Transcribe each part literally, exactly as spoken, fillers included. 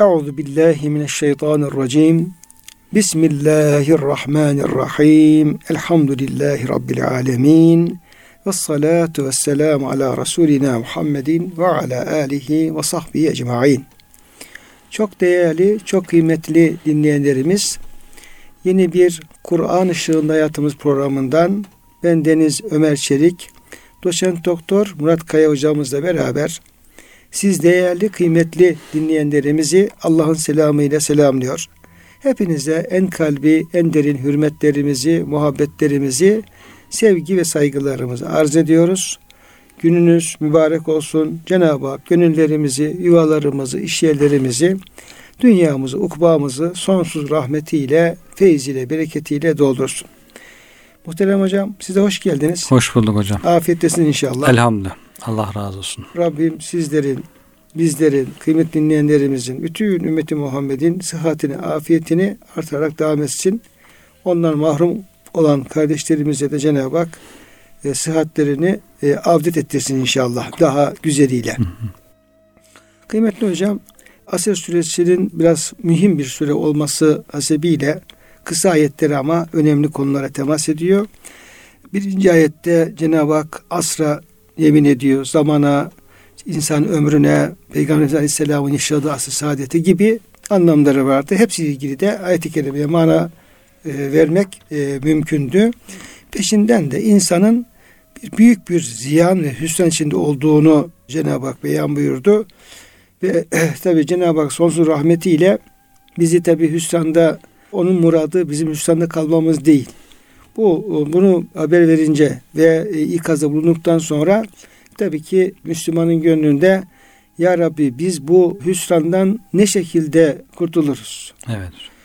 Euzu billahi mineşşeytanirracim. Bismillahirrahmanirrahim. Elhamdülillahi Rabbil alemin. Vessalatu vesselamu ala Resulina Muhammedin ve ala alihi ve sahbihi ecmaîn. Çok değerli, çok kıymetli dinleyenlerimiz, yeni bir Kur'an Işığında Hayatımız programından ben Deniz Ömer Çelik, Doçent Doktor Murat Kaya hocamızla beraber siz değerli, kıymetli dinleyenlerimizi Allah'ın selamıyla selamlıyor. Hepinize en kalbi, en derin hürmetlerimizi, muhabbetlerimizi, sevgi ve saygılarımızı arz ediyoruz. Gününüz mübarek olsun. Cenab-ı Hak gönüllerimizi, yuvalarımızı, işyerlerimizi, dünyamızı, ukbamızı sonsuz rahmetiyle, feyziyle, bereketiyle doldursun. Muhterem hocam, size hoş geldiniz. Hoş bulduk hocam. Afiyetlesin inşallah. Elhamdülillah. Allah razı olsun. Rabbim sizlerin, bizlerin, kıymetli dinleyenlerimizin, bütün ümmeti Muhammed'in sıhhatini, afiyetini artarak devam etsin. Ondan mahrum olan kardeşlerimize de Cenab-ı Hak e, sıhhatlerini e, avdet ettirsin inşallah. Daha güzeliyle. Hı hı. Kıymetli hocam, Asr suresinin biraz mühim bir sure olması hasebiyle kısa ayetleri ama önemli konulara temas ediyor. Birinci ayette Cenab-ı Hak asra yemin ediyor. Zamana, insan ömrüne, Peygamber Aleyhisselam'ın yaşadığı asr saadeti gibi anlamları vardı. Hepsiyle ilgili de ayet-i kerimeye mana e, vermek e, mümkündü. Peşinden de insanın bir, büyük bir ziyan ve hüsran içinde olduğunu Cenab-ı Hak beyan buyurdu. Ve e, tabi Cenab-ı Hak sonsuz rahmetiyle bizi tabi hüsranda, onun muradı bizim hüsranda kalmamız değil. Bu bunu haber verince ve ikazda bulunduktan sonra tabii ki Müslümanın gönlünde ya Rabbi biz bu hüsrandan ne şekilde kurtuluruz? Evet.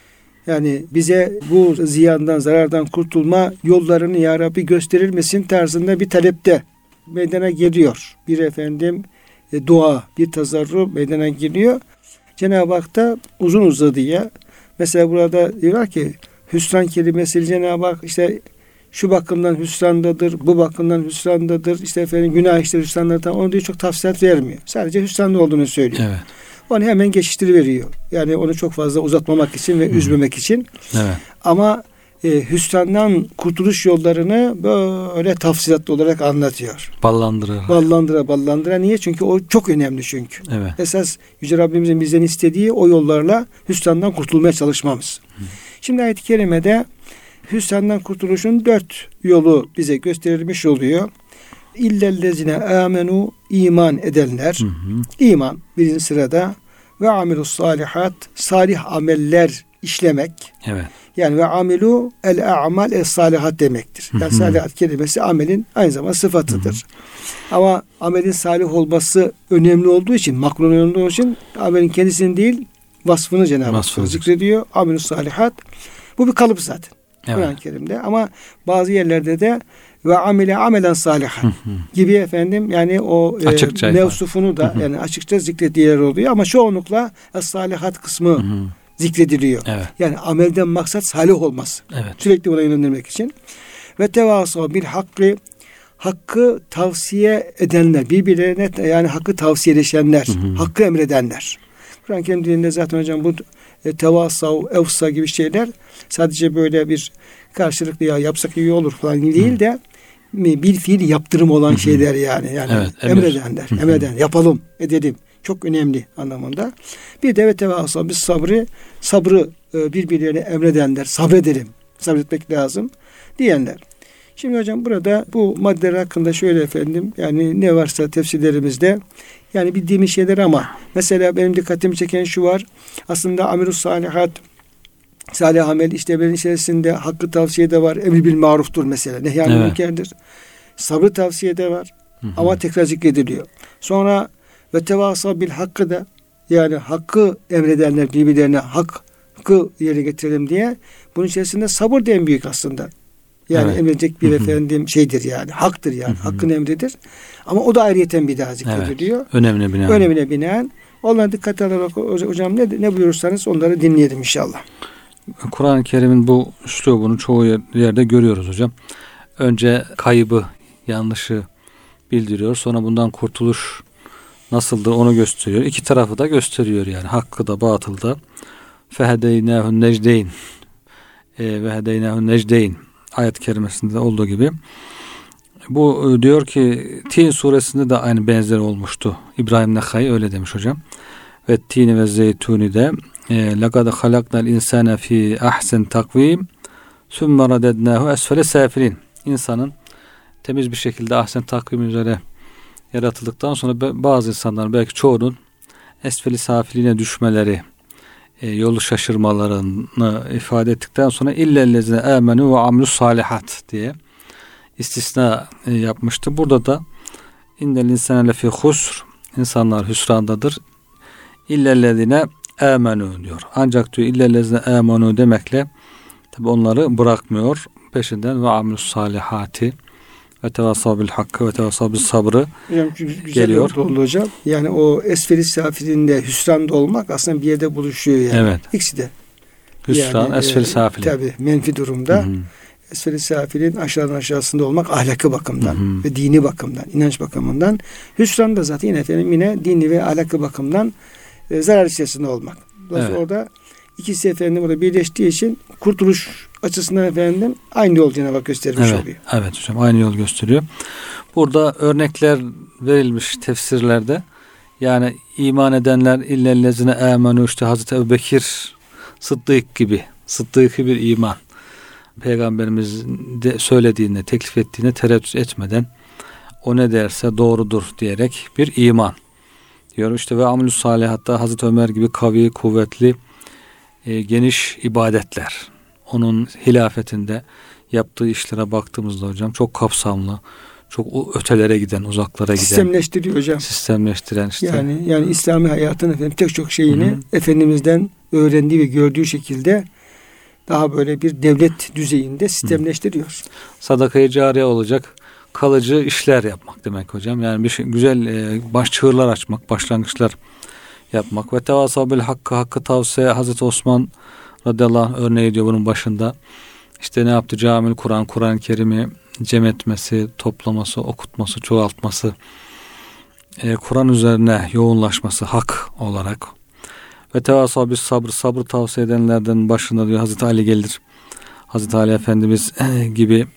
Yani bize bu ziyandan, zarardan kurtulma yollarını ya Rabbi gösterir misin tarzında bir talepte meydana geliyor. Bir efendim dua, bir tazarru meydana geliyor. Cenab-ı Hak da uzun uzadıya mesela burada diyorlar ki hüsran kelimesi Cenab-ı Hak işte şu bakımdan hüsrandadır, bu bakımdan hüsrandadır, işte efendim günah işte hüsrandadır. Onu diyor çok tafsilat vermiyor. Sadece hüsranda olduğunu söylüyor. Evet. Onu hemen geçiştiriveriyor. Yani onu çok fazla uzatmamak için ve Hı. üzmemek için. Evet. Ama e, hüsrandan kurtuluş yollarını böyle tafsilatlı olarak anlatıyor. Ballandıra. Ballandıra ballandıra. Niye? Çünkü o çok önemli çünkü. Evet. Esas Yüce Rabbimizin bizden istediği o yollarla hüsrandan kurtulmaya çalışmamız. Hı. Şimdi ayet-i kerimede hüsrandan kurtuluşun dört yolu bize gösterilmiş oluyor. İllellezine amenu, iman edenler. Hı hı. İman birinci sırada ve amilus salihat, salih ameller işlemek. Evet. Yani ve amilu el a'mal es salihat demektir. Yani hı hı. salihat kelimesi amelin aynı zamanda sıfatıdır. Hı hı. Ama amelin salih olması önemli olduğu için, makrun olduğu için amelin kendisini değil vasfını Cenab-ı Hak zikrediyor. Amilus salihat. Bu bir kalıp zaten. Evet. Kur'an-ı Kerim'de. Ama bazı yerlerde de ve amile amelen salihan gibi efendim yani o e, mevsufunu da hı hı. yani açıkça zikrediği yer oluyor. Ama çoğunlukla es-salihat kısmı hı hı. zikrediliyor. Evet. Yani amelden maksat salih olması. Evet. Sürekli buna yönlendirmek için. Ve tevasav bil hakkı, hakkı tavsiye edenler, birbirlerine yani hakkı tavsiyeleşenler, hı hı. hakkı emredenler. Kur'an-ı Kerim dilinde zaten hocam bu e, tevasav, evsa gibi şeyler sadece böyle bir karşılıklı ya yapsak iyi olur falan değil de bir fiil yaptırım olan Hı-hı. şeyler yani. Yani evet, emredenler, Hı-hı. emreden, yapalım, edelim. Çok önemli anlamında. Bir de ve tevasav biz sabrı, sabrı e, birbirlerine emredenler, sabredelim, sabretmek lazım diyenler. Şimdi hocam burada bu maddeler hakkında şöyle efendim yani ne varsa tefsirlerimizde yani bildiğimiz şeyler ama mesela benim dikkatimi çeken şu var. Aslında amelus salihat, salih amel işlevlerin içerisinde hakkı tavsiye de var. Emri bil maruftur mesela. Nehyan evet. münkerdir. Sabrı tavsiye de var. Hı hı. Ama tekrar zikrediliyor. Sonra ve tevasa bil hakkı da yani hakkı emredenler birbirlerine hakkı yerine getirelim diye bunun içerisinde sabır da en büyük aslında. Yani evet. emredecek bir Hı-hı. efendim şeydir yani. Haktır yani. Hı-hı. Hakkın emridir. Ama o da ayrıyeten bir daha zikrediliyor. Evet. Önemine binaen. Önemine binaen. Onlara dikkat alarak hocam ne, ne buyurursanız onları dinleyelim inşallah. Kur'an-ı Kerim'in bu üslubunu çoğu yerde görüyoruz hocam. Önce kaybı, yanlışı bildiriyor. Sonra bundan kurtuluş nasıldır onu gösteriyor. İki tarafı da gösteriyor yani. Hakkı da batılı da. Fehedeynâhun necdeyn e, ve hedeynâhun necdeyn ayet-i kerimesinde olduğu gibi. Bu diyor ki Tin suresinde de aynı benzer olmuştu. İbrahim Nekhai öyle demiş hocam. Ve tini ve zeytuni de لَقَدْ خَلَقْنَا الْاِنْسَانَ ف۪ي اَحْسَنْ تَقْو۪يمٍ ثُمَّ رَدَدْنَاهُ esfele safilin. İnsanın temiz bir şekilde ahsen takvim üzere yaratıldıktan sonra bazı insanlar belki çoğunun esfeli safiline düşmeleri, e, yolu şaşırmalarını ifade ettikten sonra illellezine amenu ve amilus salihat diye istisna e, yapmıştı. Burada da innel insane lefi husr, insanlar hüsrandadır. İllellezine amenu diyor. Ancak diyor illellezine amenu demekle tabi onları bırakmıyor. Peşinden ve amilus salihati ve tevasav bil hakkı ve tevasav bil sabrı hocam, güzel geliyor. Oldu hocam. Yani o esferi safilinde hüsranda olmak aslında bir yerde buluşuyor yani. Evet. İkisi de. Hüsran, yani, esferi e, safilin. Tabii menfi durumda. Hı-hı. Esferi safilin aşağıdan aşağısında olmak ahlakı bakımdan Hı-hı. ve dini bakımdan, inanç bakımından. Hüsran da zaten yine efendim yine dini ve ahlakı bakımdan e, zarar içerisinde olmak. Dolayısıyla evet. orada ikisi efendim orada birleştiği için kurtuluş açısından efendim aynı yol Cenab-ı Hak göstermiş evet, oluyor. Evet hocam aynı yol gösteriyor. Burada örnekler verilmiş tefsirlerde. Yani iman edenler illellezine amenu işte Hazreti Ebubekir Sıddık gibi sıddıkı bir iman. Peygamberimiz de söylediğinde, teklif ettiğinde tereddüt etmeden o ne derse doğrudur diyerek bir iman. Diyor işte ve amelü salihatta Hazreti Ömer gibi kavi, kuvvetli, e, geniş ibadetler. Onun hilafetinde yaptığı işlere baktığımızda hocam çok kapsamlı, çok ötelere giden, uzaklara giden. Sistemleştiriyor hocam. Sistemleştiren işte. Yani yani İslami hayatın efendim tek çok şeyini Hı-hı. Efendimiz'den öğrendiği ve gördüğü şekilde daha böyle bir devlet düzeyinde sistemleştiriyor. Hı. Sadaka-i cariye olacak kalıcı işler yapmak demek hocam. Yani bir şey, güzel e, baş çığırlar açmak, başlangıçlar yapmak. Ve tevasav bil hakkı, hakkı tavsiye Hazreti Osman radıyallahu anh örneği diyor bunun başında. İşte ne yaptı? Camil Kur'an, Kur'an-ı Kerim'i cem etmesi, toplaması, okutması, çoğaltması, e, Kur'an üzerine yoğunlaşması hak olarak. Ve tevasav bil sabır, sabır tavsiye edenlerden başında diyor Hazreti Ali gelir. Hazreti Ali Efendimiz e, gibi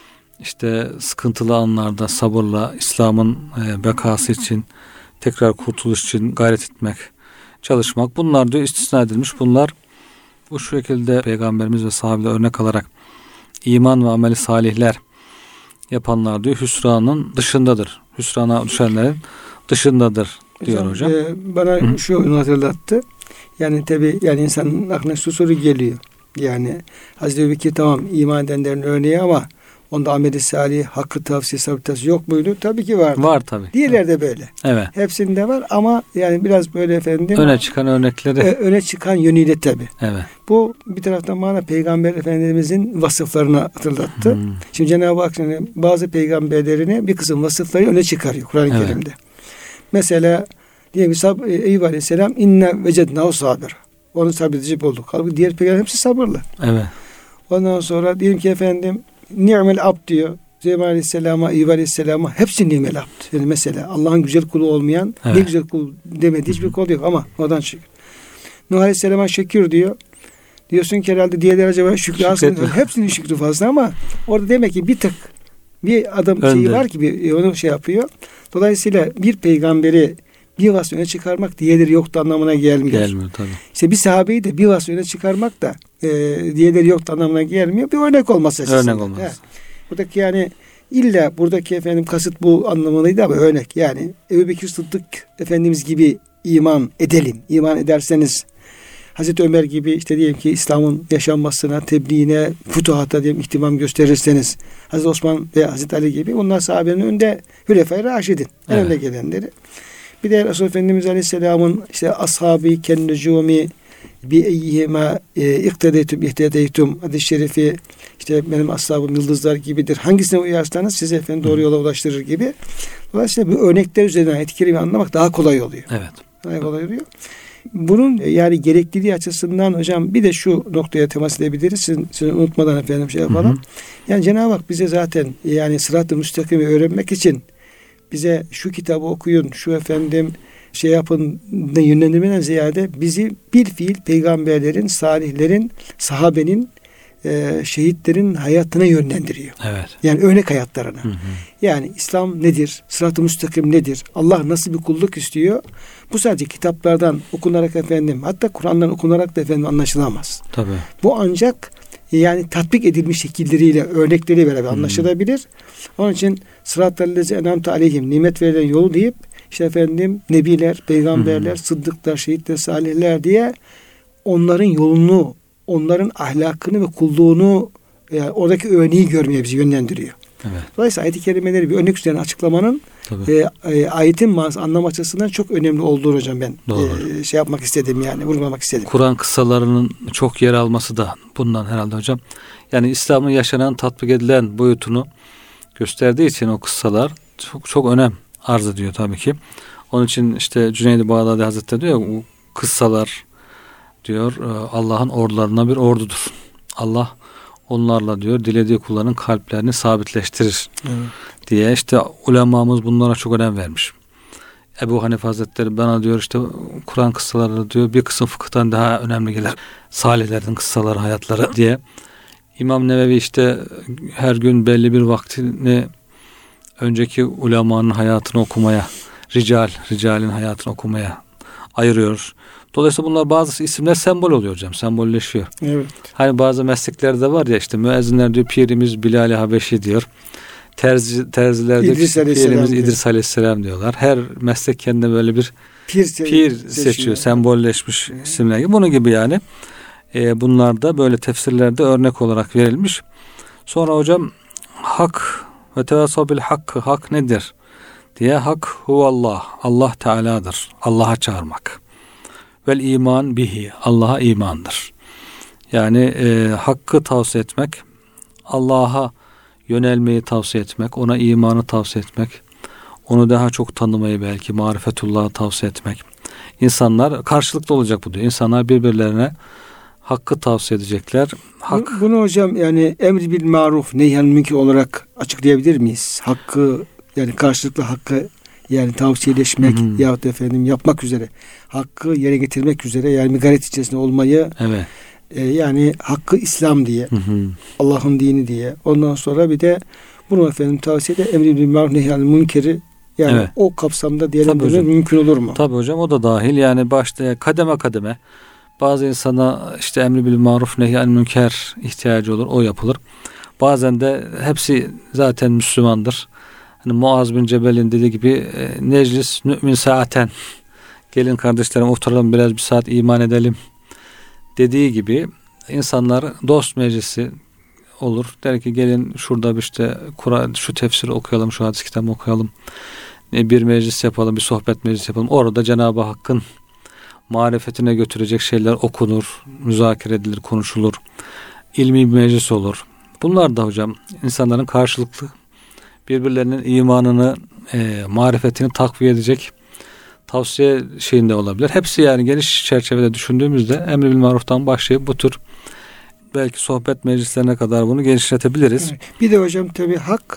işte sıkıntılı anlarda sabırla İslam'ın e, bekası için, tekrar kurtuluş için gayret etmek, çalışmak. Bunlar diyor istisna edilmiş. Bunlar bu şekilde Peygamberimiz ve sahabeler örnek alarak iman ve ameli salihler yapanlar diyor hüsranın dışındadır. Hüsrana düşenlerin dışındadır diyor hocam. hocam. E, bana Hı. şu hatırlattı. Yani tabi yani insanın aklına şu soru geliyor. Yani Hazreti Ebubekir tamam iman edenlerin örneği ama onda ameli salih, hakkı tavsiye, sabitası yok muydu? Tabii ki vardı. Var tabii. Diğerleri de böyle. Evet. Hepsinde var ama yani biraz böyle efendim. Öne çıkan örnekleri. E, öne çıkan yönüyle tabii. Evet. Bu bir taraftan bana Peygamber Efendimizin vasıflarını hatırlattı. Hmm. Şimdi Cenab-ı Hak bazı peygamberlerini bir kısım vasıfları öne çıkarıyor Kur'an-ı evet. Kerim'de. Mesela diyelim ki Eyüp Aleyhisselam inne vecednahu sabir. Onu sabredici bulduk. Halbuki diğer peygamber hepsi sabırlı. Evet. Ondan sonra diyelim ki efendim ni'mel abd diyor. Zeynep Aleyhisselam'a, Eyüp Aleyhisselam'a hepsi ni'mel abd. Yani mesela Allah'ın güzel kulu olmayan evet. ne güzel kul demediği hiçbir kul yok ama oradan çıkıyor. Nuh Aleyhisselam'a şükür diyor. Diyorsun ki herhalde diğerleri acaba şükrü aslında hepsinin şükrü fazla ama orada demek ki bir tık bir adam Önde. şeyi var ki bir, onu şey yapıyor. Dolayısıyla bir peygamberi bir vasfı öne çıkarmak diğerleri yoktu anlamına gelmiyor. Gelmiyor tabii. İşte bir sahabeyi de bir vasfı öne çıkarmak da e, diğerleri yoktu anlamına gelmiyor. Bir örnek olması açısından. Örnek olması. He. Buradaki yani illa buradaki efendim kasıt bu anlamındaydı ama örnek. Yani Ebubekir Sıddık Efendimiz gibi iman edelim. İman ederseniz Hazreti Ömer gibi işte diyelim ki İslam'ın yaşanmasına, tebliğine, fütuhata diyelim ihtimam gösterirseniz Hazreti Osman ve Hazreti Ali gibi onlar sahabenin önünde Hülefai Raşidin. En evet. önde gelenleri. Bir de Resulullah Efendimiz Aleyhisselam'ın işte ashabi kennecumi bi eyyihima iktedeytum ihtedeytum hadis-i şerifi işte benim ashabım yıldızlar gibidir. Hangisine uyarsanız sizi efendim doğru yola ulaştırır gibi. Dolayısıyla bu örnekler üzerinden etkili anlamak daha kolay oluyor. Evet. Daha kolay oluyor. Bunun yani gerekliliği açısından hocam bir de şu noktaya temas edebiliriz. Sizin, sizin unutmadan efendim şey yapalım. Hı hı. Yani Cenab-ı Hak bize zaten yani sırat-ı müstakimi öğrenmek için bize şu kitabı okuyun, şu efendim şey yapın da yönlendirmeden ziyade bizi bir fiil peygamberlerin, salihlerin, sahabenin, e, şehitlerin hayatına yönlendiriyor. Evet. Yani örnek hayatlarına. Hı hı. Yani İslam nedir? Sırat-ı müstakim nedir? Allah nasıl bir kulluk istiyor? Bu sadece kitaplardan okunarak efendim, hatta Kur'an'dan okunarak da efendim anlaşılamaz. Tabii. Bu ancak yani tatbik edilmiş şekilleriyle, örnekleriyle beraber hmm. anlaşılabilir. Onun için sırat-ı en'amte aleyhim, nimet verilen yolu deyip işte efendim nebiler, peygamberler, hmm. sıddıklar, şehitler, salihler diye onların yolunu, onların ahlakını ve kulluğunu, yani oradaki örneği görmeye bizi yönlendiriyor. Evet. Dolayısıyla ayet-i kerimeleri bir örnek üzerine açıklamanın e, e, ayetin manası, anlam açısından çok önemli olduğunu hocam ben e, şey yapmak istedim, yani vurgulamak istedim. Kur'an kıssalarının çok yer alması da bundan herhalde hocam. Yani İslam'ın yaşanan, tatbik edilen boyutunu gösterdiği için o kıssalar çok çok önem arz ediyor tabii ki. Onun için işte Cüneyd-i Bağdadi Hazretleri diyor, bu kıssalar diyor Allah'ın ordularına bir ordudur. Allah onlarla diyor dilediği kulların kalplerini sabitleştirir. Evet. Diye işte ulemamız bunlara çok önem vermiş. Ebu Hanife Hazretleri bana diyor işte Kur'an kıssaları diyor bir kısım fıkıhtan daha önemli gelir. Salihlerin kıssaları, hayatları diye. İmam Nevevi işte her gün belli bir vaktini önceki ulemanın hayatını okumaya, rical, ricalin hayatını okumaya ayırıyor. Dolayısıyla bunlar bazı isimler sembol oluyor hocam. Sembolleşiyor. Evet. Hani bazı mesleklerde var ya işte müezzinler diyor pirimiz Bilal-i Habeşi diyor. Terzi, terzilerde İdris pirimiz İdris Aleyhisselam diyorlar. Her meslek kendine böyle bir pir, pir seçiyor. seçiyor. Sembolleşmiş evet. isimler gibi. Bunun gibi yani. E, bunlar da böyle tefsirlerde örnek olarak verilmiş. Sonra hocam hak ve tevasav bil hakkı, hak nedir diye, hak huvallah, Allah Teala'dır. Allah'a çağırmak. Vel iman bihi, Allah'a imandır. Yani e, hakkı tavsiye etmek, Allah'a yönelmeyi tavsiye etmek, ona imanı tavsiye etmek, onu daha çok tanımayı belki marifetullah'ı tavsiye etmek. İnsanlar karşılıklı olacak bu diyor. İnsanlar birbirlerine hakkı tavsiye edecekler. Hak. Bunu hocam yani emri bil maruf nehyen münker olarak açıklayabilir miyiz? Hakkı yani karşılıklı hakkı yani tavsiyeleşmek hı hı. yahut efendim yapmak üzere hakkı yere getirmek üzere yani bir gayret içerisinde olmayı evet. e, yani hakkı İslam diye hı hı. Allah'ın dini diye ondan sonra bir de bunu efendim tavsiye de emri bil maruf nehyen münkeri yani evet. o kapsamda diyelim mümkün olur mu? Tabii hocam o da dahil yani başta kademe kademe bazı insana işte emri bil maruf nehyen münker ihtiyacı olur, o yapılır. Bazen de hepsi zaten Müslümandır. Hani Muaz bin Cebel'in dediği gibi neclis nü'min saaten, gelin kardeşlerim oturalım biraz bir saat iman edelim dediği gibi insanlar dost meclisi olur. Der ki gelin şurada işte Kur'an şu tefsiri okuyalım, şu hadis kitabı okuyalım. Bir meclis yapalım, bir sohbet meclisi yapalım. Orada Cenab-ı Hakk'ın marifetine götürecek şeyler okunur, müzakere edilir, konuşulur. İlmi bir meclis olur. Bunlar da hocam insanların karşılıklı birbirlerinin imanını, e, marifetini takviye edecek tavsiye şeyinde olabilir. Hepsi yani geniş çerçevede düşündüğümüzde emri bil maruftan başlayıp bu tür belki sohbet meclislerine kadar bunu genişletebiliriz. Evet. Bir de hocam tabii hak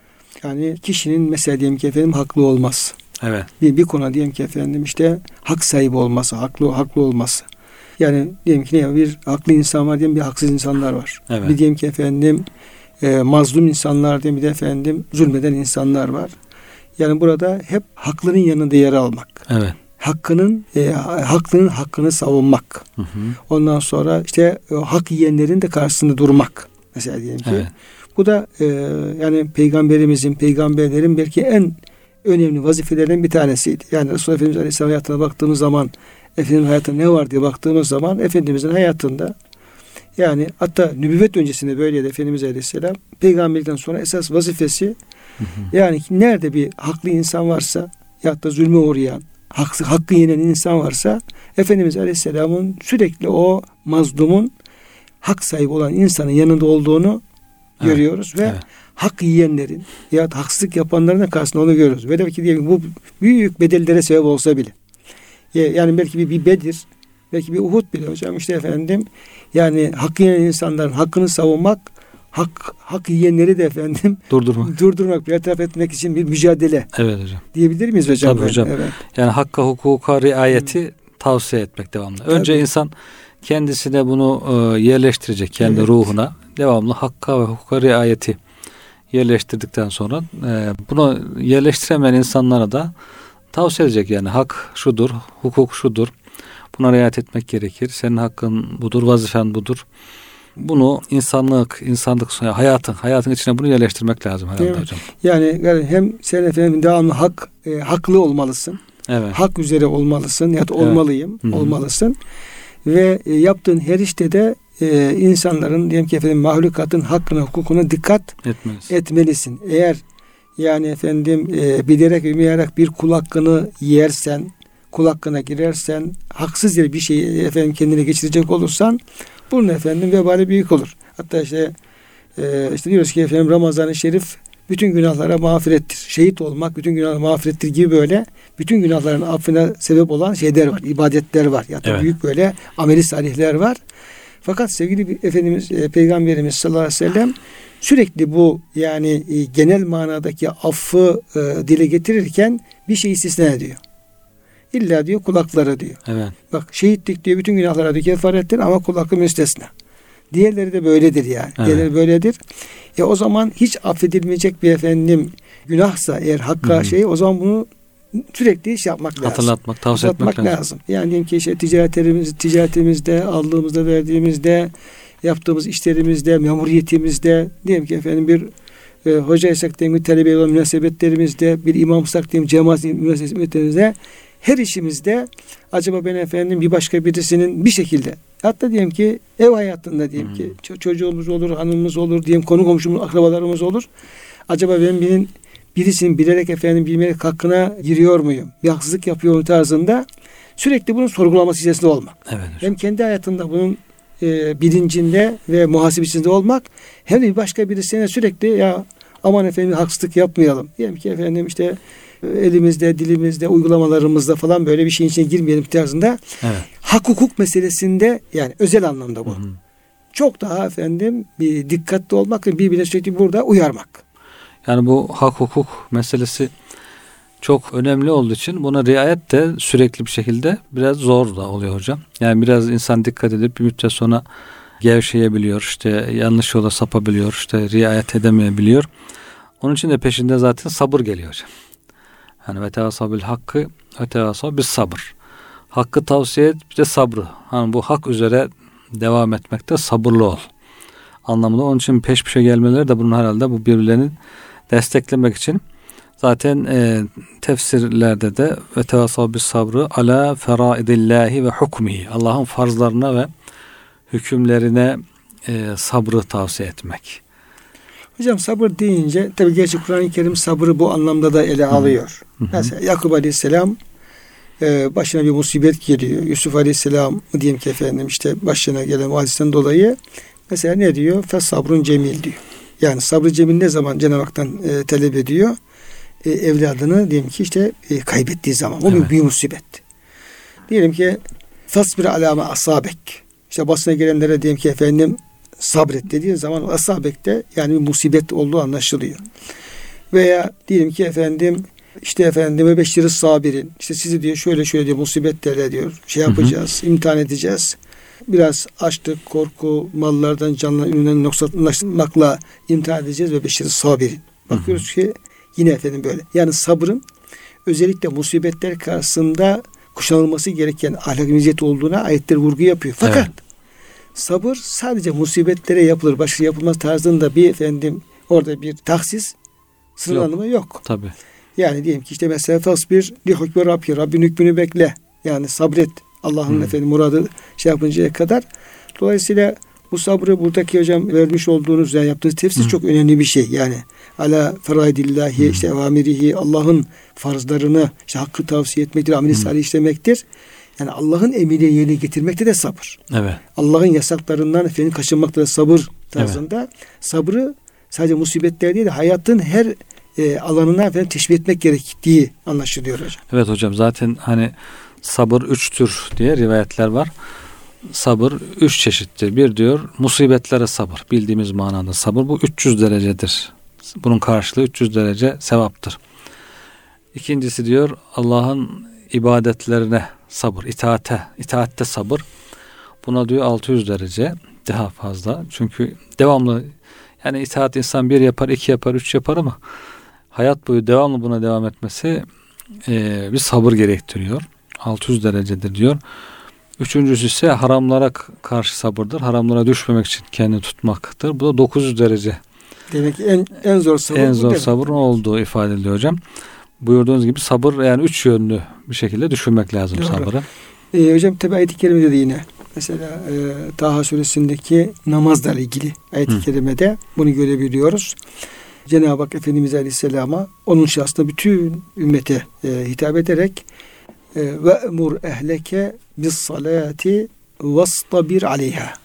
yani kişinin mesela diyelim ki efendim haklı olması. Evet. Bir, bir konu diyelim ki efendim işte hak sahibi olması, haklı haklı olması. Yani diyelim ki ne bir haklı insan var diyelim bir haksız insanlar var. Evet. Bir diyelim ki efendim e, mazlum insanlar diyelim bir de efendim zulmeden insanlar var. Yani burada hep haklının yanında yer almak. Evet. Hakkının e, haklının hakkını savunmak. Hı hı. Ondan sonra işte e, hak yiyenlerin de karşısında durmak. Mesela diyelim ki. Evet. Bu da e, yani peygamberimizin, peygamberlerin belki en önemli vazifelerinden bir tanesiydi. Yani Resulullah Efendimiz Aleyhisselam hayatına baktığımız zaman Efendimizin hayatında ne var diye baktığımız zaman Efendimizin hayatında yani hatta nübüvvet öncesinde böyleydi Efendimiz Aleyhisselam. Peygamberlikten sonra esas vazifesi hı hı. yani nerede bir haklı insan varsa ya da zulme uğrayan, hakkı, hakkı yenen insan varsa Efendimiz Aleyhisselam'ın sürekli o mazlumun hak sahibi olan insanın yanında olduğunu evet. görüyoruz ve evet. hak yiyenlerin ya da haksızlık yapanların da karşısında onu görüyoruz. Velev ki diyelim bu büyük bedellere sebep olsa bile. Yani belki bir, bir Bedir, belki bir Uhud bile hocam işte efendim yani hakkı yenen insanların hakkını savunmak hak hak yiyenleri de efendim durdurmak, durdurmak, bertaraf etmek için bir mücadele. Evet hocam. Diyebilir miyiz hocam? Tabii hocam. Evet. Yani hakka, hukuka riayeti hmm. tavsiye etmek devamlı. Tabii. Önce insan kendisine bunu e, yerleştirecek, kendi evet. ruhuna devamlı hakka ve hukuka riayeti yerleştirdikten sonra e, bunu yerleştiremeyen insanlara da tavsiye edecek. Yani hak şudur, hukuk şudur. Buna riayet etmek gerekir. Senin hakkın budur, vazifen budur. Bunu insanlık, insanlık hayatın, hayatın içine bunu yerleştirmek lazım herhalde hocam. Yani, yani hem sen efendim devamlı hak, e, haklı olmalısın. Evet. Hak üzere olmalısın ya da olmalıyım, evet. olmalısın. Ve e, yaptığın her işte de e, insanların diyelim ki efendim mahlukatın hakkına, hukukuna dikkat etmelisin. etmelisin. Eğer yani efendim e, bilerek bilmeyerek bir kul hakkını yersen, kul hakkına girersen, haksız yere bir şeyi efendim kendine geçirecek olursan bunun efendim vebali büyük olur. Hatta işte e, işte diyoruz ki efendim Ramazan-ı Şerif bütün günahlara mağfirettir. Şehit olmak bütün günahlara mağfirettir gibi böyle bütün günahların affına sebep olan şeyler var, ibadetler var. Ya da evet. büyük böyle ameli salihler var. Fakat sevgili Efendimiz e, Peygamberimiz sallallahu aleyhi ve sellem sürekli bu yani e, genel manadaki affı e, dile getirirken bir şey istisna ediyor. İlla diyor kulaklara diyor. Evet. Bak şehitlik diyor bütün günahlara diyor kefarettir ama kul hakkı müstesna. Diğerleri de böyledir yani. Evet. Diğerleri böyledir. E o zaman hiç affedilmeyecek bir efendim günahsa eğer hakka Hı-hı. şey o zaman bunu sürekli iş yapmak lazım. Hatırlatmak, tavsiye etmek lazım. lazım. Yani diyelim ki işte ticaretimiz, ticaretimizde, aldığımızda, verdiğimizde, yaptığımız işlerimizde, memuriyetimizde, diyelim ki efendim bir e, hocaysak diyelim ki talebe olan münasebetlerimizde, bir imamsak diyelim cemaat münasebetlerimizde, her işimizde acaba ben efendim bir başka birisinin bir şekilde hatta diyelim ki ev hayatında diyelim hmm. ki çocuğumuz olur, hanımımız olur, diyelim konu komşumuz, akrabalarımız olur. Acaba ben birinin birisinin bilerek efendim bilmeyerek hakkına giriyor muyum? Bir haksızlık yapıyor mu tarzında sürekli bunun sorgulaması içerisinde olmak. Evet. Hem kendi hayatında bunun e, bilincinde ve muhasebesinde olmak hem de bir başka birisine sürekli ya aman efendim haksızlık yapmayalım. Diyelim ki efendim işte elimizde, dilimizde, uygulamalarımızda falan böyle bir şeyin içine girmeyelim tarzında. Evet. Hak hukuk meselesinde yani özel anlamda bu. Hı hı. Çok daha efendim bir dikkatli olmak ve birbirine sürekli burada uyarmak. Yani bu hak hukuk meselesi çok önemli olduğu için buna riayet de sürekli bir şekilde biraz zor da oluyor hocam. Yani biraz insan dikkat edip bir müddet sonra gevşeyebiliyor, işte yanlış yola sapabiliyor, işte riayet edemeyebiliyor. Onun için de peşinde zaten sabır geliyor hocam. Yani ve tevasabil hakkı ve tevasabil sabır. Hakkı tavsiye et, bir de sabrı. Hani bu hak üzere devam etmekte sabırlı ol anlamında. Onun için peş peşe gelmeleri de bunun herhalde bu birbirlerini desteklemek için. Zaten e, tefsirlerde de ve tevasabil sabrı ala feraidillahi ve hukmihi. Allah'ın farzlarına ve hükümlerine e, sabrı tavsiye etmek. Hocam sabır deyince tabi gerçi Kur'an-ı Kerim sabrı bu anlamda da ele alıyor. Hı hı. Mesela Yakup Aleyhisselam e, başına bir musibet geliyor. Yusuf Aleyhisselam diyelim ki efendim işte başına gelen hadisten dolayı mesela ne diyor? Fe sabrun cemil diyor. Yani sabrı cemil ne zaman Cenab-ı Hak'tan e, talep ediyor? E, evladını diyelim ki işte e, kaybettiği zaman. O evet. bir büyük musibet. Diyelim ki fasbir alâme asabek. İşte basına gelenlere diyelim ki efendim sabret dediği zaman asabekte yani bir musibet olduğu anlaşılıyor. Veya diyelim ki efendim işte efendim ve beşiri sabirin işte sizi diyor şöyle şöyle diyor musibetlerle diyor şey yapacağız, hı hı. imtihan edeceğiz. Biraz açlık, korku, mallardan canlı üründen noksanlaşmakla imtihan edeceğiz ve beşiri sabirin. Bakıyoruz hı hı. ki yine efendim böyle. Yani sabrın özellikle musibetler karşısında kuşanılması gereken ahlak meziyeti olduğuna ayetler vurgu yapıyor. Fakat evet. sabır sadece musibetlere yapılır. Başka yapılmaz tarzında bir efendim orada bir taksis sınırlanımı yok. yok. Tabii. Yani diyelim ki işte mesela tasbir li hükmü Rabbi. Rabbin hükmünü bekle. Yani sabret. Allah'ın hmm. efendim muradı şey yapıncaya kadar. Dolayısıyla bu sabrı buradaki hocam vermiş olduğunuz yani yaptığınız tefsir hmm. çok önemli bir şey. Yani ala feraidillahi hmm. işte evamirihi Allah'ın farzlarını işte hakkı tavsiye etmektir. Amel-i salih işlemektir. Yani Allah'ın emrini yerine getirmekte de sabır. Evet. Allah'ın yasaklarından efendim kaçınmakta da sabır tarzında. Evet. Sabrı sadece musibetler değil de hayatın her e, alanına efendim teşbih etmek gerektiği anlaşılıyor hocam. Evet hocam zaten hani sabır üçtür diye rivayetler var. sabır üç çeşittir. Bir diyor musibetlere sabır. Bildiğimiz manada sabır. Bu üç yüz derecedir. Bunun karşılığı üç yüz derece sevaptır. İkincisi diyor Allah'ın ibadetlerine sabır. İtaate, itaatte sabır. Buna diyor altı yüz derece daha fazla. Çünkü devamlı yani itaat insan bir yapar, iki yapar, üç yapar ama hayat boyu devamlı buna devam etmesi e, bir sabır gerektiriyor. altı yüz derecedir diyor. Üçüncüsü ise haramlara karşı sabırdır. Haramlara düşmemek için kendini tutmaktır. Bu da dokuz yüz derece. Demek ki en, en zor sabır En bu zor demek. sabrın olduğu ifade ediliyor hocam. Buyurduğunuz gibi sabır yani üç yönlü bir şekilde düşünmek lazım. Doğru. Sabrı. Ee, hocam tabi ayet-i kerimede de yine mesela e, Taha suresindeki namazla ilgili ayet-i kerimede bunu görebiliyoruz. Cenab-ı Hak Efendimiz Aleyhisselam'a onun şahsında bütün ümmete e, hitap ederek ve emur ehleke bis salati vastabir aleyha.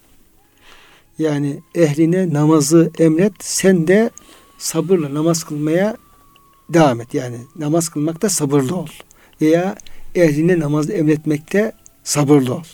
Yani ehline namazı emret, sen de sabırla namaz kılmaya devam et. Yani namaz kılmakta sabırlı ol. Veya ehline namazı emretmekte sabırlı ol.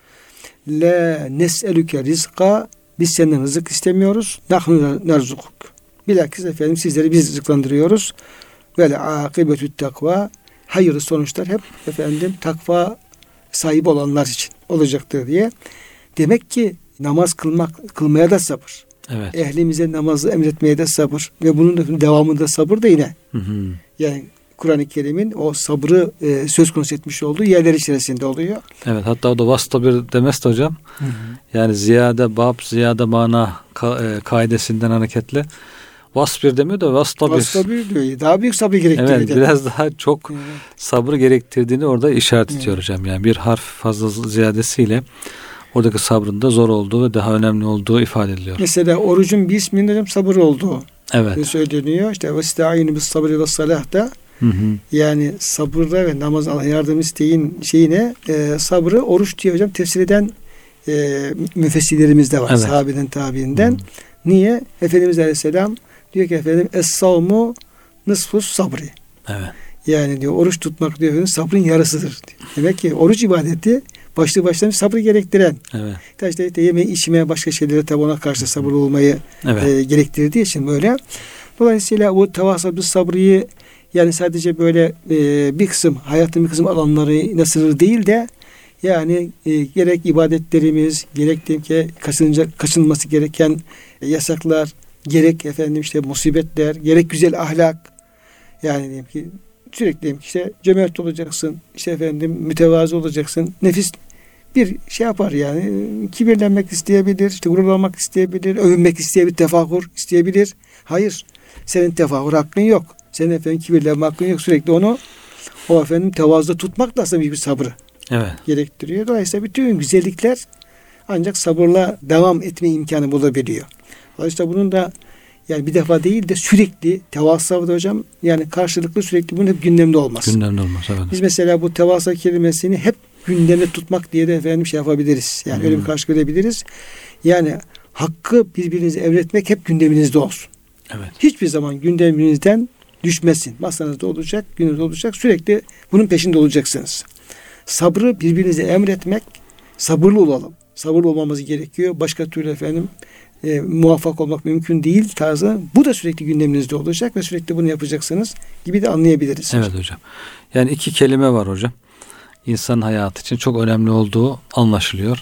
La nes'elüke rizqa, biz senden rızık istemiyoruz. Nahnu nerzukuk. Bilakis efendim sizleri biz rızıklandırıyoruz. Ve akibetü takva, hayırlı sonuçlar hep efendim takva sahibi olanlar için olacaktır diye. Demek ki namaz kılmak kılmaya da sabır. Evet. Ehlimize namazı emretmeye de sabır ve bunun devamında sabır da yine. Hı hı. Yani Kur'an-ı Kerim'in o sabrı e, söz konusu etmiş olduğu yerler içerisinde oluyor. Evet, hatta o da vasıta bir demez de hocam. Hı hı. Yani ziyade bab, ziyade mana ka, e, kaidesinden hareketle vasbir demiyor da vasıta bir. Vasıta bir diyor. Daha büyük sabır gerektiriyor. Evet, biraz daha çok evet. sabır gerektirdiğini orada işaret evet. ediyor hocam. Yani bir harf fazla ziyadesiyle oradaki sabrın da zor olduğu ve daha önemli olduğu ifade ediliyor. Mesela orucun bir isminde hocam sabır olduğu evet. söyleniyor. İşte vesta'inu bis sabri ve salah'ta Hı hı. Yani sabırda ve namaz yardım isteğin şeyine e, sabrı oruç diye hocam tefsir eden e, müfessirlerimiz de var. Evet. Sahabeden, tabiinden. Hı. Niye? Efendimiz Aleyhisselam diyor ki efendim es-savmu nısfus sabri. Evet. Yani diyor oruç tutmak diyor efendim, sabrın yarısıdır diyor. Demek ki oruç ibadeti başlı başına sabrı gerektiren. Evet. İşte, işte yeme içmeye başka şeylere tabi ona karşı sabırlı olmayı evet. e, gerektirdiği için böyle. Dolayısıyla bu tevasab-ı sabrıyı yani sadece böyle e, bir kısım hayatın bir kısım alanları sınırlı değil de yani e, gerek ibadetlerimiz, gerek diyelim ki kaçınılacak, kaçınılması gereken e, yasaklar, gerek efendim işte musibetler, gerek güzel ahlak. Yani diyelim ki sürekli diyelim ki işte cömert olacaksın, işte efendim mütevazı olacaksın. Nefis bir şey yapar yani kibirlenmek isteyebilir, işte gururlanmak isteyebilir, övünmek isteyebilir, tefakur isteyebilir. Hayır, senin tefakur hakkın yok. Senin efendim kibirlenme hakkın yok. Sürekli onu o efendim tevazuda tutmak da aslında bir sabrı evet. gerektiriyor. Dolayısıyla bütün güzellikler ancak sabırla devam etme imkanı bulabiliyor. Dolayısıyla bunun da yani bir defa değil de sürekli tevazu hocam yani karşılıklı sürekli bunun hep gündemde olması. Gündemde olması evet. Biz mesela bu tevazu kelimesini hep gündemde tutmak diye de efendim şey yapabiliriz. Yani hmm. öyle bir karşı görebiliriz. Yani hakkı birbirinize emretmek hep gündeminizde olsun. Evet. Hiçbir zaman gündeminizden düşmesin. Masanızda olacak, gününüzde olacak. Sürekli bunun peşinde olacaksınız. Sabrı birbirinize emretmek, sabırlı olalım. Sabırlı olmamız gerekiyor. Başka türlü efendim e, muvaffak olmak mümkün değil tarzı. Bu da sürekli gündeminizde olacak ve sürekli bunu yapacaksınız gibi de anlayabiliriz. Evet hocam. Yani iki kelime var hocam. İnsan hayatı için çok önemli olduğu anlaşılıyor.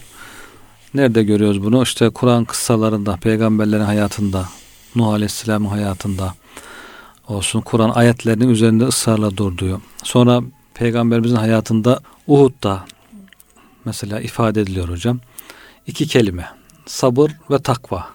Nerede görüyoruz bunu? İşte Kur'an kıssalarında, peygamberlerin hayatında, Nuh Aleyhisselam'ın hayatında olsun, Kur'an ayetlerinin üzerinde ısrarla durduğu. Sonra peygamberimizin hayatında Uhud'da mesela ifade ediliyor hocam. İki kelime. Sabır ve takva.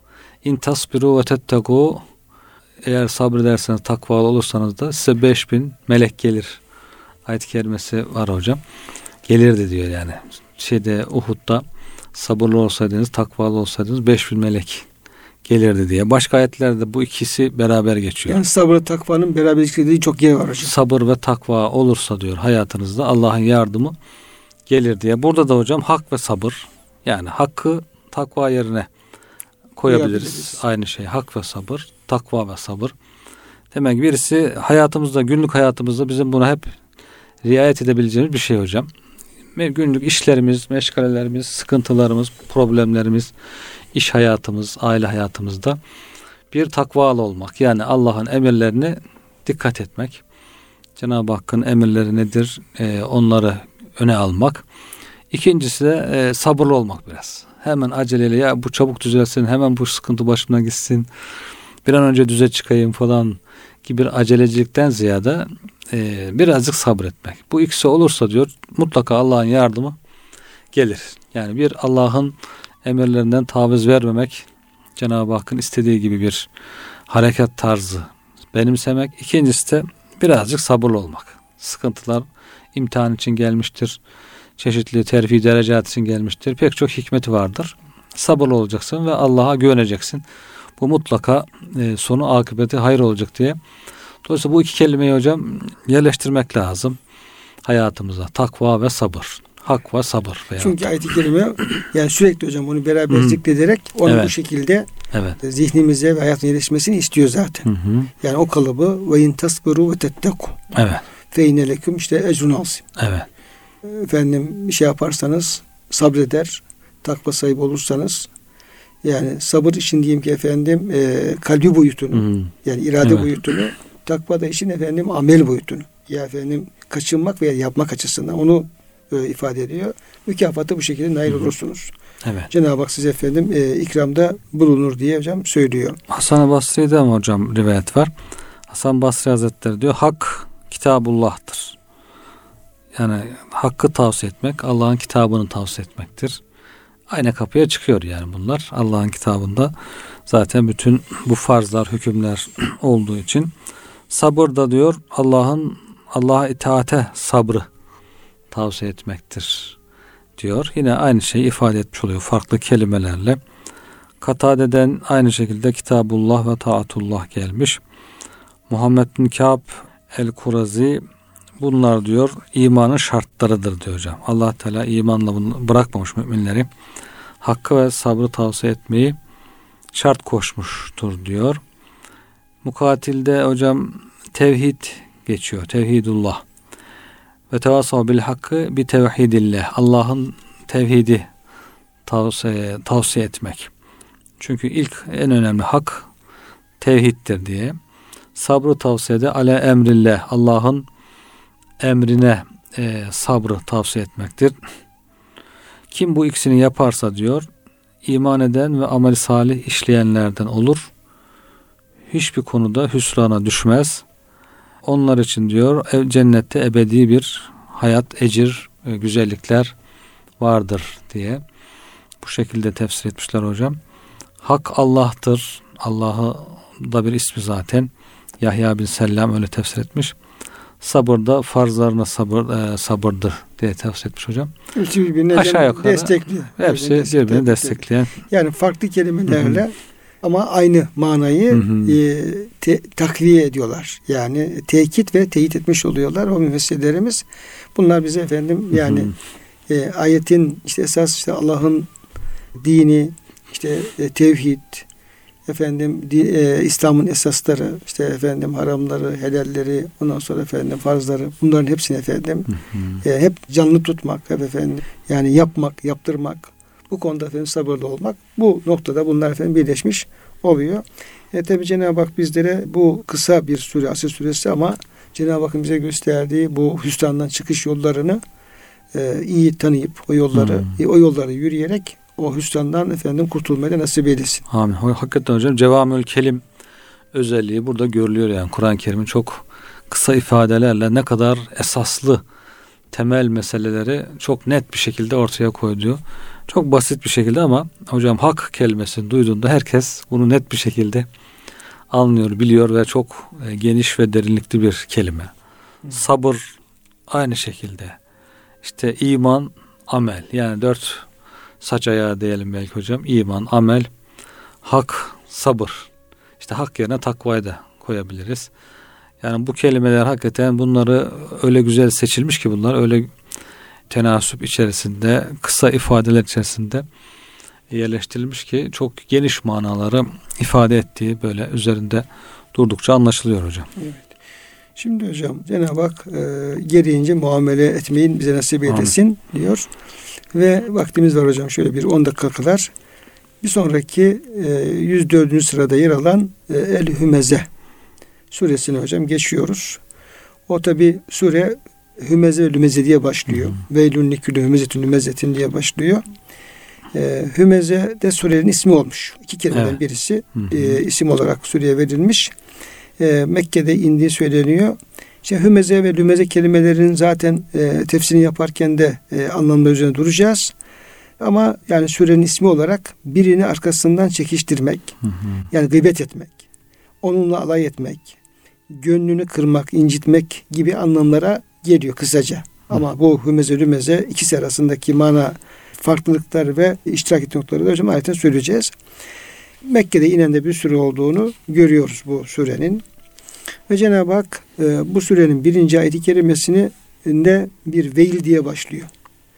İn tasbiru ve tettegû, eğer sabrederseniz, takvalı olursanız da size beş bin melek gelir. Ayet-i kerimesi var hocam. Gelirdi diyor yani. Şeyde Uhud'da sabırlı olsaydınız, takvalı olsaydınız beş bin melek gelirdi diye. Başka ayetlerde bu ikisi beraber geçiyor. Yani sabır ve takvanın beraber geçtiği çok yer var hocam. Sabır ve takva olursa diyor hayatınızda Allah'ın yardımı gelir diye. Burada da hocam hak ve sabır, yani hakkı takva yerine koyabiliriz. Aynı şey, hak ve sabır, takva ve sabır. Demek ki birisi hayatımızda, günlük hayatımızda bizim buna hep riayet edebileceğimiz bir şey hocam. günlük işlerimiz, meşgalelerimiz, sıkıntılarımız, problemlerimiz, iş hayatımız, aile hayatımızda bir takvalı olmak. Yani Allah'ın emirlerine dikkat etmek. Cenab-ı Hakk'ın emirleri nedir? Ee, onları öne almak. İkincisi de e, sabırlı olmak biraz. Hemen aceleyle ya bu çabuk düzelsin, hemen bu sıkıntı başımdan gitsin, bir an önce düze çıkayım falan gibi bir acelecilikten ziyade e, birazcık sabretmek. Bu ikisi olursa diyor mutlaka Allah'ın yardımı gelir. Yani bir Allah'ın emirlerinden taviz vermemek, Cenab-ı Hakk'ın istediği gibi bir hareket tarzı benimsemek. İkincisi de birazcık sabırlı olmak. Sıkıntılar imtihan için gelmiştir. Çeşitli terfi derecat için gelmiştir. Pek çok hikmeti vardır. Sabırlı olacaksın ve Allah'a güveneceksin. Bu mutlaka e, sonu akıbeti hayır olacak diye. Dolayısıyla bu iki kelimeyi hocam yerleştirmek lazım hayatımıza. Takva ve sabır. Hak ve sabır. Çünkü ayet-i kerime yani sürekli hocam bunu beraber hmm. zikrederek onu evet. bu şekilde evet. zihnimize ve hayatına yerleşmesini istiyor zaten. Hı hı. Yani o kalıbı ve in tasbiru ve tetteku. Evet. Fe inne leküm işte ecrun azim. Evet. Efendim bir şey yaparsanız sabreder, takva sahibi olursanız yani sabır için diyeyim ki efendim e, kalbi boyutunu hmm. yani irade evet. boyutunu, takva da için efendim amel boyutunu ya efendim kaçınmak veya yapmak açısından onu e, ifade ediyor. Mükafatı bu şekilde nail hmm. olursunuz. Evet. Cenab-ı Hak size efendim e, ikramda bulunur diye hocam söylüyor. Hasan-ı Basri'de ama hocam rivayet var. Hasan Basri Hazretleri diyor hak Kitabullah'tır. Yani hakkı tavsiye etmek Allah'ın kitabını tavsiye etmektir. Aynı kapıya çıkıyor yani bunlar. Allah'ın kitabında zaten bütün bu farzlar, hükümler olduğu için sabır da diyor Allah'ın Allah'a itaate sabrı tavsiye etmektir diyor. Yine aynı şeyi ifade etmiş oluyor farklı kelimelerle. Katade'den aynı şekilde Kitabullah ve Taatullah gelmiş. Muhammed bin Kâb el-Kurazi bunlar diyor imanın şartlarıdır diyor hocam. Allah Teala imanla bunu bırakmamış müminleri. Hakkı ve sabrı tavsiye etmeyi şart koşmuştur diyor. Mukatilde hocam tevhid geçiyor. Tevhidullah. Ve tevasav bil hakkı bi tevhidillah. Allah'ın tevhidi tavsiye, tavsiye etmek. Çünkü ilk en önemli hak tevhiddir diye. Sabrı tavsiyede ale emrillah. Allah'ın emrine e, sabrı tavsiye etmektir. Kim bu ikisini yaparsa diyor iman eden ve amel salih işleyenlerden olur. Hiçbir konuda hüsrana düşmez. Onlar için diyor ev, cennette ebedi bir hayat, ecir, e, güzellikler vardır diye bu şekilde tefsir etmişler hocam. Hak Allah'tır. Allah'ı da bir ismi zaten. Yahya bin Selam öyle tefsir etmiş. Sabır da farzlarına sabır e, sabırdır diye tefsir etmiş hocam. Hepsi birbirine aşağı yukarı destekliyor. Hepsi birbirini destekleyen. Yani farklı kelimelerle hı hı. ama aynı manayı hı hı. E, te, takviye ediyorlar. Yani tekit ve teyit etmiş oluyorlar o müfessirlerimiz. Bunlar bize efendim yani hı hı. E, ayetin işte esas işte Allah'ın dini, işte e, tevhid, efendim di, e, İslam'ın esasları, işte efendim haramları, helalleri, ondan sonra efendim farzları, bunların hepsini efendim hı hı. E, hep canlı tutmak, hep efendim yani yapmak, yaptırmak, bu konuda efendim sabırlı olmak, bu noktada bunlar efendim birleşmiş oluyor. E tabi Cenab-ı Hak bizlere bu kısa bir süre, Asr suresi ama Cenab-ı Hakk'ın bize gösterdiği bu hüsrandan çıkış yollarını e, iyi tanıyıp o yolları, hmm. e, o yolları yürüyerek o hüsrandan efendim kurtulmayı nasip eylesin. Amin. Hakikaten hocam cevamül kelim özelliği burada görülüyor yani Kur'an-ı Kerim'in çok kısa ifadelerle ne kadar esaslı temel meseleleri çok net bir şekilde ortaya koyuyor. Çok basit bir şekilde ama hocam hak kelimesini duyduğunda herkes bunu net bir şekilde anlıyor, biliyor ve çok geniş ve derinlikli bir kelime. Hmm. Sabır aynı şekilde. İşte iman, amel yani dört saç ayağı diyelim belki hocam. İman, amel, hak, sabır. İşte hak yerine takvayı da koyabiliriz. Yani bu kelimeler hakikaten bunları öyle güzel seçilmiş ki bunlar öyle tenasüp içerisinde, kısa ifadeler içerisinde yerleştirilmiş ki çok geniş manaları ifade ettiği böyle üzerinde durdukça anlaşılıyor hocam. Evet. Şimdi hocam Cenab-ı Hak e, gereğince muamele etmeyin bize nasip eylesin diyor. Ve vaktimiz var hocam şöyle bir on dakika kadar. Bir sonraki e, yüz dördüncü sırada yer alan e, El-Hümeze suresine hocam geçiyoruz. O tabi sure Hümeze ve Lümeze diye başlıyor. Veylün likülü hümezetün lümezetin diye başlıyor. E, Hümeze de surenin ismi olmuş. İki kelimeden evet. birisi e, isim olarak sureye verilmiş. E, Mekke'de indiği söyleniyor. İşte Hümeze ve Lümeze kelimelerin zaten e, tefsirini yaparken de e, anlamları üzerine duracağız. Ama yani surenin ismi olarak birini arkasından çekiştirmek, hı hı. yani gıybet etmek, onunla alay etmek, gönlünü kırmak, incitmek gibi anlamlara geliyor kısaca. Hı. Ama bu Hümeze Lümeze ikisi arasındaki mana farklılıkları ve iştirak etme noktaları da hocam ayetten söyleyeceğiz. Mekke'de inen de bir sure olduğunu görüyoruz bu surenin. Ve Cenab-ı Hak e, bu surenin birinci ayet-i kerimesinde bir veil diye başlıyor.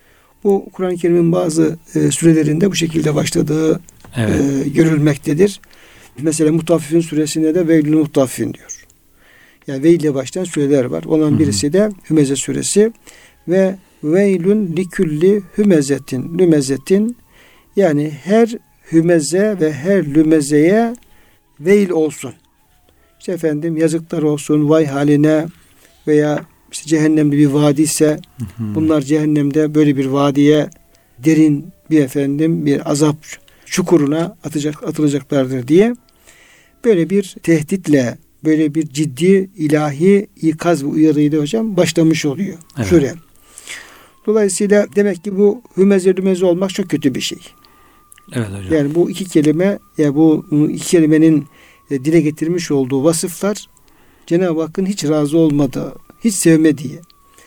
Bu Kur'an-ı Kerim'in bazı e, sürelerinde bu şekilde başladığı evet. e, görülmektedir. Mesela Mutaffifin suresinde de Veylül Mutaffifin diyor. Yani veil ile başlayan süreler var. Ondan birisi de Hümeze suresi ve Veylün likülli hümezetin lümezetin, yani her hümeze ve her lümezeye veil olsun. İşte efendim yazıklar olsun vay haline, veya işte cehennemde bir vadi ise bunlar cehennemde böyle bir vadiye, derin bir efendim bir azap çukuruna atacak atılacaklardır diye böyle bir tehditle, böyle bir ciddi ilahi ikaz ve uyarıyla hocam başlamış oluyor evet. sure. Dolayısıyla demek ki bu hümeze lümeze olmak çok kötü bir şey. Evet hocam. Yani bu iki kelime, ya yani bu iki kelimenin e, dile getirmiş olduğu vasıflar Cenab-ı Hakk'ın hiç razı olmadığı, hiç sevmediği,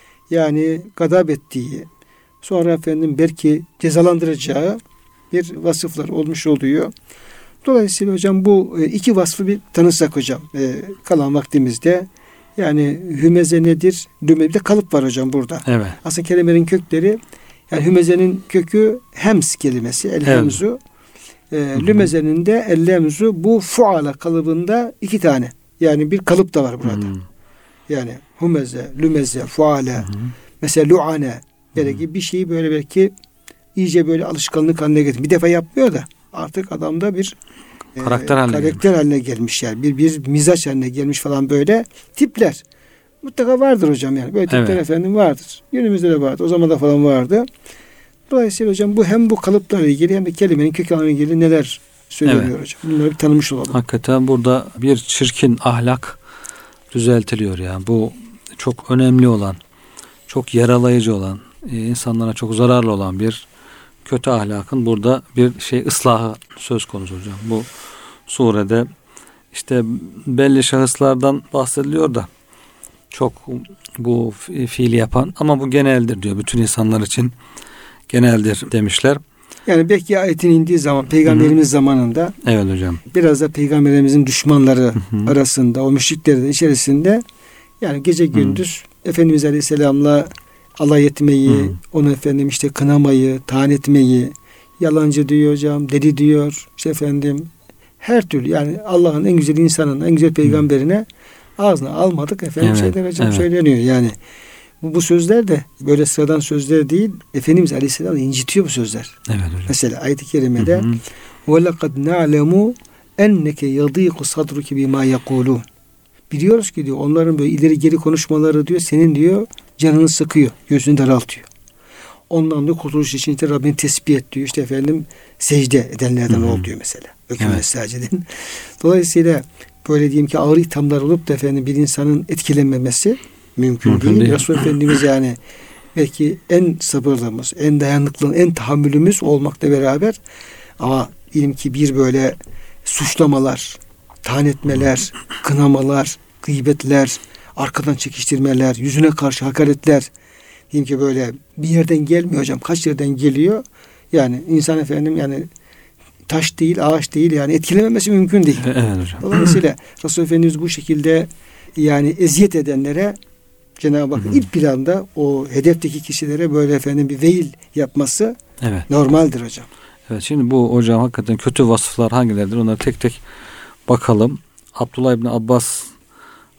yani gadab ettiği, sonra efendim belki cezalandıracağı bir vasıflar olmuş oluyor. Dolayısıyla hocam bu e, iki vasfı bir tanısak hocam e, kalan vaktimizde. Yani hümeze nedir? Lümeze, bir de kalıp var hocam burada. Evet. Aslında kelimenin kökleri, yani hümezenin kökü hems kelimesi, el hemzu. Evet. E, lümezenin de el lemzu, bu fuala kalıbında iki tane. Yani bir kalıp da var burada. Hı-hı. Yani hümeze, lümeze, fuale, Hı-hı. mesela lu'ane gerekli bir şeyi böyle belki iyice böyle alışkanlık haline getirmiş. Bir defa yapmıyor da artık adamda bir karakter, e, haline, karakter gelmiş. haline gelmiş yani. Bir, bir mizaç haline gelmiş falan böyle tipler. Mutlaka vardır hocam yani. Böyle tipler evet. efendim vardır. Günümüzde de vardı. O zaman da falan vardı. Dolayısıyla hocam bu hem bu kalıplarla ilgili hem de kelimenin kökenle ilgili neler söyleniyor evet. hocam. Bunları bir tanımış olalım. Hakikaten burada bir çirkin ahlak düzeltiliyor yani. Bu çok önemli olan, çok yaralayıcı olan, insanlara çok zararlı olan bir kötü ahlakın burada bir şey ıslahı söz konusu hocam. Bu surede işte belli şahıslardan bahsediliyor da çok bu fiili yapan, ama bu geneldir diyor. Bütün insanlar için geneldir demişler. Yani belki ayetin indiği zaman Peygamberimiz Hı-hı. zamanında evet hocam. Biraz da Peygamberimizin düşmanları Hı-hı. arasında, o müşriklerin içerisinde yani gece gündüz Hı-hı. Efendimiz Aleyhisselam'la alay etmeyi, Hı-hı. onu efendim işte kınamayı, taan etmeyi, yalancı diyor hocam, deli diyor, işte efendim her türlü yani Allah'ın en güzel insanın, en güzel peygamberine Hı-hı. ağzına almadık efendim evet, şeyler hocam evet. söyleniyor yani. Bu, bu sözler de böyle sıradan sözler değil. Efendimiz Aleyhisselam incitiyor bu sözler. Evet hocam. Mesela ayet-i kerimede وَلَقَدْ نَعْلَمُ اَنَّكَ يَضِيقُ صَدْرُكِ بِمَا يَقُولُونَ. Biliyoruz ki diyor onların böyle ileri geri konuşmaları diyor senin diyor canını sıkıyor, gözünü daraltıyor. Ondan da kurtuluş için işte Rabbini tesbih et diyor. İşte efendim secde edenlerden ol diyor mesela. Ökümle evet. secdedin. Dolayısıyla böyle diyeyim ki ağır ithamlar olup da efendim bir insanın etkilenmemesi mümkün, mümkün değil. değil. Resul Efendimiz yani belki en sabırlımız, en dayanıklı, en tahammülümüz olmakla beraber ama diyelim ki bir böyle suçlamalar, taan etmeler, kınamalar, gıybetler, arkadan çekiştirmeler, yüzüne karşı hakaretler diyelim ki böyle bir yerden gelmiyor hocam. Kaç yerden geliyor? Yani insan efendim yani taş değil, ağaç değil yani etkilememesi mümkün değil. Evet hocam. Dolayısıyla Resul Efendimiz bu şekilde yani eziyet edenlere Cenab-ı Hak ilk planda o hedefteki kişilere böyle efendim bir veil yapması evet. normaldir hocam. Evet, şimdi bu hocam hakikaten kötü vasıflar hangileridir? Onları tek tek bakalım. Abdullah İbni Abbas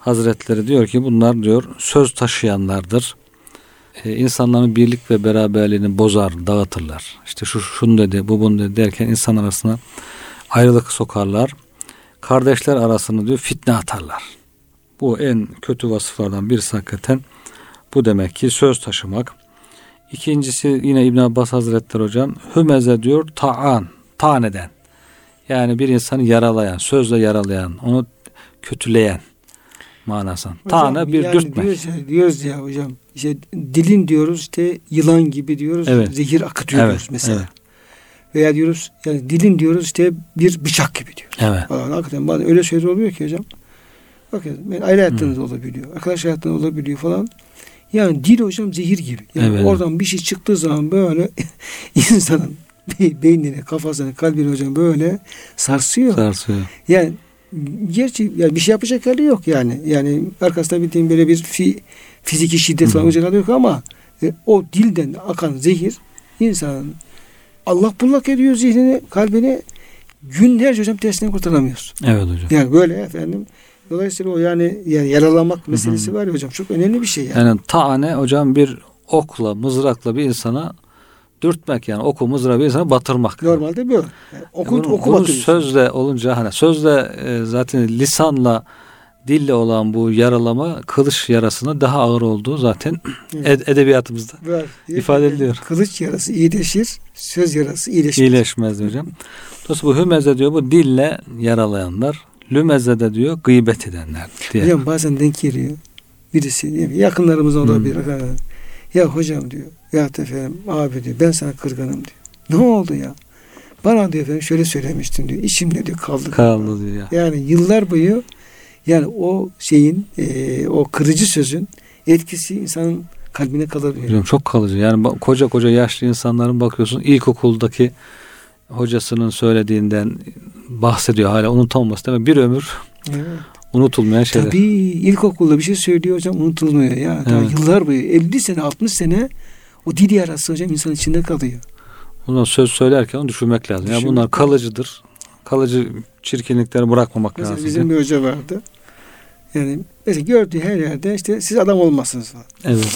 Hazretleri diyor ki bunlar diyor söz taşıyanlardır. Ee, insanların birlik ve beraberliğini bozar, dağıtırlar. İşte şu şunu dedi, bu bunu dedi derken insan arasına ayrılık sokarlar. Kardeşler arasında diyor fitne atarlar. Bu en kötü vasıflardan birisi hakikaten. Bu demek ki söz taşımak. İkincisi yine İbn Abbas Hazretleri hocam hümeze diyor ta'an, ta'an eden. Yani bir insanı yaralayan, sözle yaralayan, onu kötüleyen manasında. Ta'ana bir yani dürtmek. Diyoruz ya, diyoruz ya hocam işte dilin diyoruz işte yılan gibi diyoruz. Evet. Zehir akıtıyor Evet, diyoruz mesela. evet. Veya diyoruz yani dilin diyoruz işte bir bıçak gibi diyoruz. Evet. Falan. Hakikaten bazen öyle şeyler oluyor ki hocam. Bakın ben aile hayatınız hmm. olabiliyor. Arkadaş hayatınız olabiliyor falan. Yani dil hocam zehir gibi. Yani evet. oradan bir şey çıktığı zaman böyle insanın beynini, kafasını, kalbini hocam böyle sarsıyor. Sarsıyor. Yani gerçi yani bir şey yapacak hali yok yani. Yani arkasında bildiğim böyle bir fi, fiziki şiddet falan olacak hali yok ama e, o dilden akan zehir insanın Allah bullak ediyor zihnini, kalbini günlerce hocam tersinden kurtaramıyoruz. Evet hocam. Yani böyle efendim. Dolayısıyla o yani yani yaralamak meselesi Hı-hı. var ya hocam çok önemli bir şey yani. Yani tane hocam bir okla, mızrakla bir insana dürtmek yani oku mızrağı bir insana batırmak. Normalde böyle. Yani oku, bunun, oku bunun batırıyorsun. sözle olunca hani sözle e, zaten lisanla dille olan bu yaralama kılıç yarasına daha ağır olduğu zaten evet. ed- edebiyatımızda var, ifade ediliyor. Kılıç yarası iyileşir, söz yarası iyileşmez. İyileşmez hocam. Dolayısıyla bu hümeze diyor bu dille yaralayanlar, lümeze de diyor gıybet edenler diye. Hocam bazen denk geliyor. Birisi diyor, yakınlarımız olabilir. Hmm. Ya hocam diyor, ya efendim abi diyor ben sana kırgınım diyor. Ne oldu ya? Bana diyor efendim şöyle söylemiştin diyor. İçimde diyor kaldı. Kaldı diyor ya. Yani yıllar boyu yani o şeyin e, o kırıcı sözün etkisi insanın kalbine kalabiliyor. Hocam çok kalıcı. Yani koca koca yaşlı insanların bakıyorsun ilkokuldaki hocasının söylediğinden bahsediyor hala unutulması değil mi? Bir ömür evet. unutulmayan şeyler. Tabii ilkokulda bir şey söylüyor hocam unutulmuyor ya. Evet. Yıllar boyu elli sene altmış sene o dil yarası hocam insanın içinde kalıyor. Bundan söz söylerken onu düşünmek lazım. Düşünmek. Yani bunlar kalıcıdır. Kalıcı çirkinlikleri bırakmamak mesela lazım. Bizim bir hoca vardı. Yani mesela gördüğü her yerde işte siz adam olmazsınız falan. Evet.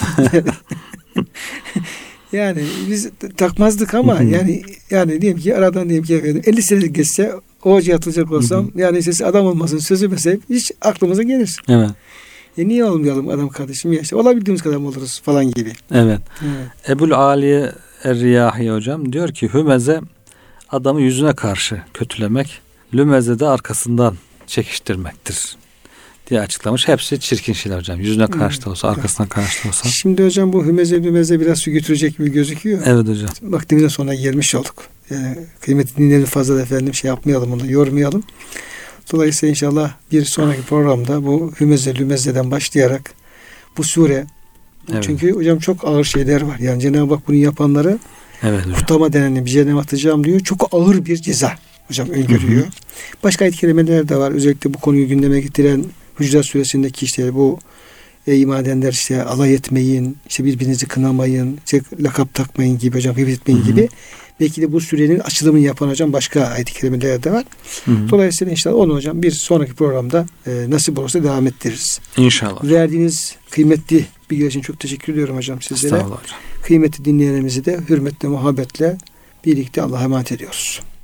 Yani biz takmazdık ama yani yani diyelim ki aradan diyelim ki efendim elli sene geçse o hocaya atılacak olsam yani siz adam olmasın sözü mesela hiç aklımıza gelir. Evet. E niye olmayalım adam kardeşim ya işte olabildiğimiz kadar oluruz falan gibi. Evet. evet. Ebul Aliye Er-Riyahi hocam diyor ki hümeze adamı yüzüne karşı kötülemek, lümeze de arkasından çekiştirmektir diye açıklamış. Hepsi çirkin şeyler hocam. Yüzüne karşı da olsa, arkasından karşı da olsa. Şimdi hocam bu hümeze lümeze biraz su götürecek gibi gözüküyor. Evet hocam. Vaktimizin sonuna gelmiş olduk. Yani kıymetli dinleyelim fazla da efendim şey yapmayalım onu, yormayalım. Dolayısıyla inşallah bir sonraki programda bu hümeze lümezeden başlayarak bu sure evet. Çünkü hocam çok ağır şeyler var. Yani Cenab-ı Hak bunu yapanları evet, kutama deneni bir cehenneme atacağım diyor. Çok ağır bir ceza hocam öngörüyor. Hı hı. Başka ayet kelimeler de var. Özellikle bu konuyu gündeme getiren Hucurat Suresi'ndeki işte bu e, iman edenler işte alay etmeyin, işte birbirinizi kınamayın, işte lakap takmayın gibi hocam, hep etmeyin hı hı. gibi. Belki de bu sürenin açılımını yapan hocam başka ayet kelimeler de var. Hı hı. Dolayısıyla inşallah onu hocam bir sonraki programda e, nasip olursa devam ettiririz. İnşallah. Verdiğiniz kıymetli bilgiler için çok teşekkür ediyorum hocam sizlere. Estağfurullah hocam. Kıymetli dinleyenlerimizi de hürmetle, muhabbetle birlikte Allah'a emanet ediyoruz.